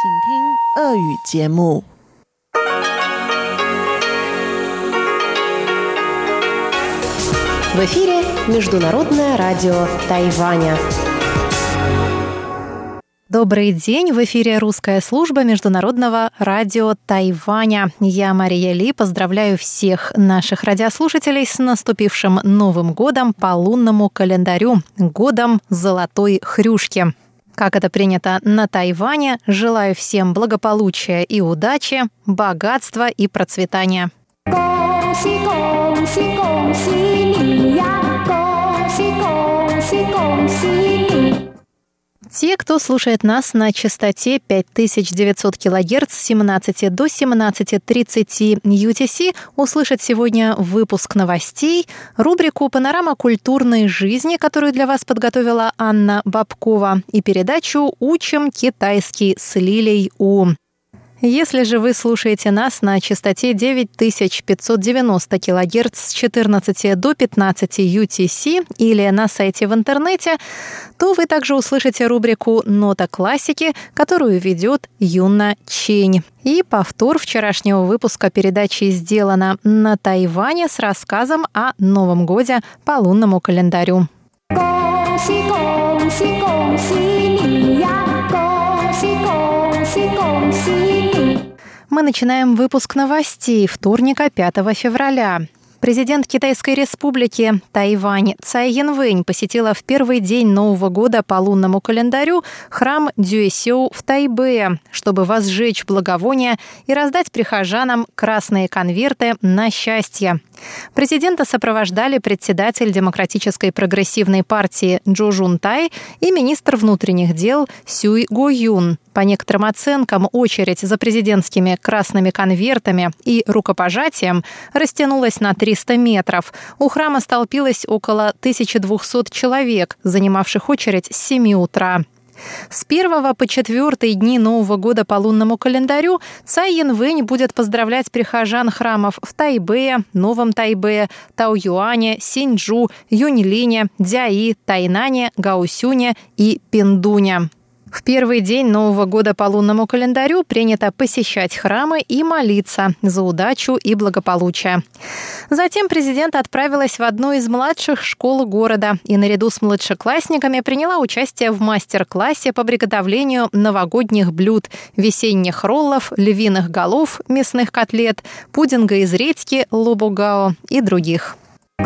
В эфире Международное радио Тайваня. Добрый день! В эфире русская служба Международного радио Тайваня. Я, Мария Ли, поздравляю всех наших радиослушателей с наступившим Новым годом по лунному календарю, годом Золотой Хрюшки. Как это принято на Тайване, желаю всем благополучия и удачи, богатства и процветания. Те, кто слушает нас на частоте 5900 кГц с 17 до 17:30 UTC, услышат сегодня выпуск новостей, рубрику «Панорама культурной жизни», которую для вас подготовила Анна Бабкова, и передачу «Учим китайский с Лилей У». Если же вы слушаете нас на частоте 9590 кГц с 14 до 15 UTC или на сайте в интернете, то вы также услышите рубрику «Нота классики», которую ведет Юна Чень. И повтор вчерашнего выпуска передачи «Сделано на Тайване» с рассказом о Новом годе по лунному календарю. Мы начинаем выпуск новостей вторника, 5 февраля. Президент Китайской республики Тайвань Цай Янвэнь посетила в первый день Нового года по лунному календарю храм Дюэсю в Тайбэе, чтобы возжечь благовония и раздать прихожанам красные конверты на счастье. Президента сопровождали председатель Демократической прогрессивной партии Чжу Жунтай и министр внутренних дел Сюй Го Юн. По некоторым оценкам, очередь за президентскими красными конвертами и рукопожатием растянулась на 300 метров. У храма столпилось около 1200 человек, занимавших очередь с 7 утра. С 1 по 4 дни Нового года по лунному календарю Цай Янвэнь будет поздравлять прихожан храмов в Тайбэе, Новом Тайбэе, Таоюане, Синьчжу, Юньлине, Дзяи, Тайнане, Гаосюне и Пиндуне. В первый день Нового года по лунному календарю принято посещать храмы и молиться за удачу и благополучие. Затем президент отправилась в одну из младших школ города и наряду с младшеклассниками приняла участие в мастер-классе по приготовлению новогодних блюд, весенних роллов, львиных голов, мясных котлет, пудинга из редьки, лобугао и других.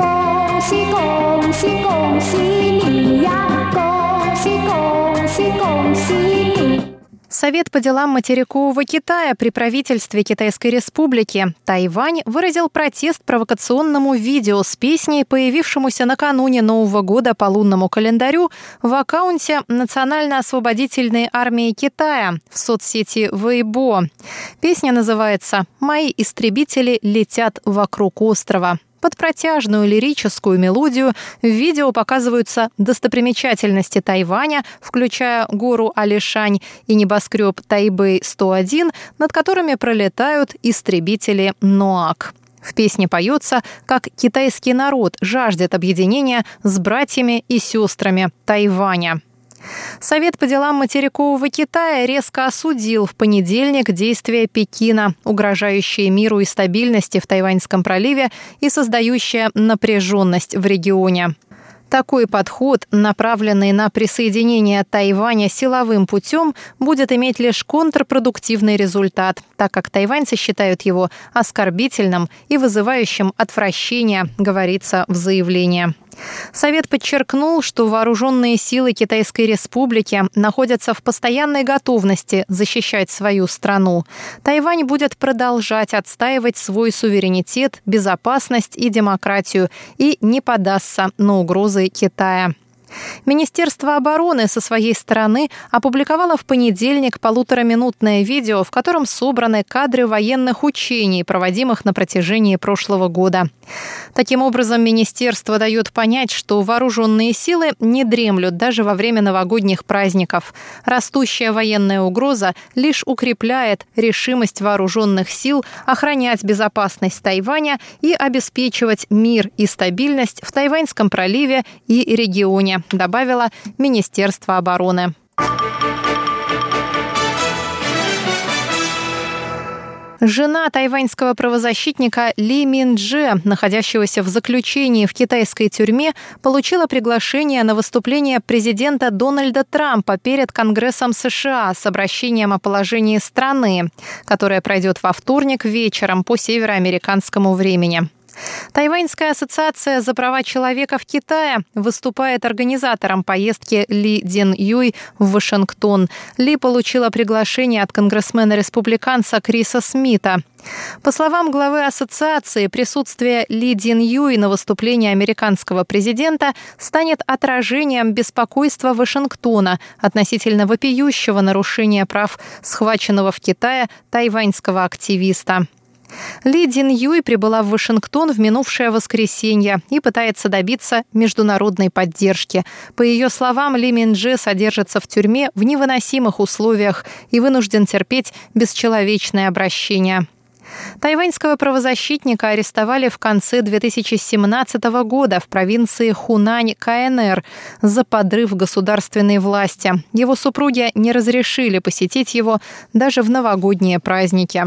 Совет по делам материкового Китая при правительстве Китайской республики Тайвань выразил протест провокационному видео с песней, появившемуся накануне Нового года по лунному календарю в аккаунте Национально-освободительной армии Китая в соцсети Weibo. Песня называется «Мои истребители летят вокруг острова». Под протяжную лирическую мелодию в видео показываются достопримечательности Тайваня, включая гору Алишань и небоскреб Тайбэй-101, над которыми пролетают истребители Ноак. В песне поется, как китайский народ жаждет объединения с братьями и сестрами Тайваня. Совет по делам материкового Китая резко осудил в понедельник действия Пекина, угрожающие миру и стабильности в Тайваньском проливе и создающие напряженность в регионе. Такой подход, направленный на присоединение Тайваня силовым путем, будет иметь лишь контрпродуктивный результат, так как тайваньцы считают его оскорбительным и вызывающим отвращение, говорится в заявлении. Совет подчеркнул, что вооруженные силы Китайской Республики находятся в постоянной готовности защищать свою страну. Тайвань будет продолжать отстаивать свой суверенитет, безопасность и демократию и не поддастся на угрозы Китая. Министерство обороны со своей стороны опубликовало в понедельник полутораминутное видео, в котором собраны кадры военных учений, проводимых на протяжении прошлого года. Таким образом, министерство дает понять, что вооруженные силы не дремлют даже во время новогодних праздников. Растущая военная угроза лишь укрепляет решимость вооруженных сил охранять безопасность Тайваня и обеспечивать мир и стабильность в Тайваньском проливе и регионе, добавило Министерство обороны. Жена тайваньского правозащитника Ли Миндже, находящегося в заключении в китайской тюрьме, получила приглашение на выступление президента Дональда Трампа перед Конгрессом США с обращением о положении страны, которое пройдет во вторник вечером по североамериканскому времени. Тайваньская ассоциация за права человека в Китае выступает организатором поездки Ли Дин-Юй в Вашингтон. Ли получила приглашение от конгрессмена-республиканца Криса Смита. По словам главы ассоциации, присутствие Ли Дин-Юй на выступлении американского президента станет отражением беспокойства Вашингтона относительно вопиющего нарушения прав схваченного в Китае тайваньского активиста. Ли Дин-Юй прибыла в Вашингтон в минувшее воскресенье и пытается добиться международной поддержки. По ее словам, Ли Миндже содержится в тюрьме в невыносимых условиях и вынужден терпеть бесчеловечное обращение. Тайваньского правозащитника арестовали в конце 2017 года в провинции Хунань, КНР, за подрыв государственной власти. Его супруги не разрешили посетить его даже в новогодние праздники.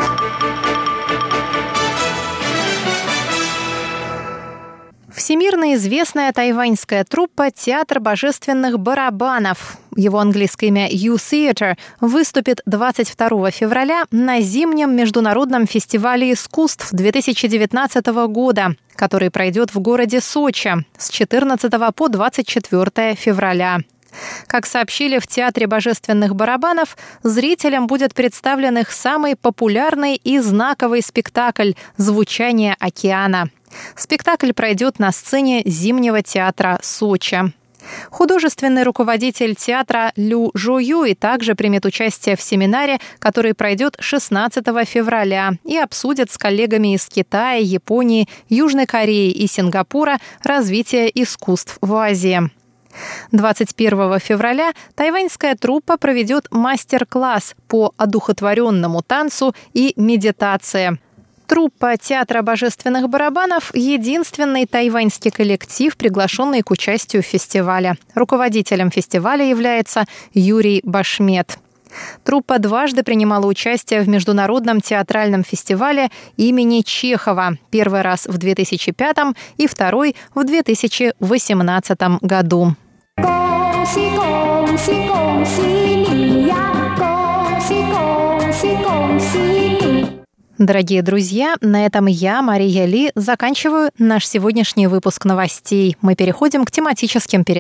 Всемирно известная тайваньская труппа «Театр божественных барабанов», его английское имя U-Theatre, выступит 22 февраля на зимнем международном фестивале искусств 2019 года, который пройдет в городе Сочи с 14 по 24 февраля. Как сообщили в Театре божественных барабанов, зрителям будет представлен их самый популярный и знаковый спектакль «Звучание океана». Спектакль пройдет на сцене Зимнего театра Сочи. Художественный руководитель театра Лю Жо-Юй также примет участие в семинаре, который пройдет 16 февраля и обсудит с коллегами из Китая, Японии, Южной Кореи и Сингапура развитие искусств в Азии. 21 февраля тайваньская труппа проведет мастер-класс по одухотворенному танцу и медитации. Труппа Театра божественных барабанов – единственный тайваньский коллектив, приглашенный к участию в фестивале. Руководителем фестиваля является Юрий Башмет. Труппа дважды принимала участие в международном театральном фестивале имени Чехова. Первый раз в 2005 и второй в 2018 году. Дорогие друзья, на этом я, Мария Ли, заканчиваю наш сегодняшний выпуск новостей. Мы переходим к тематическим передачам.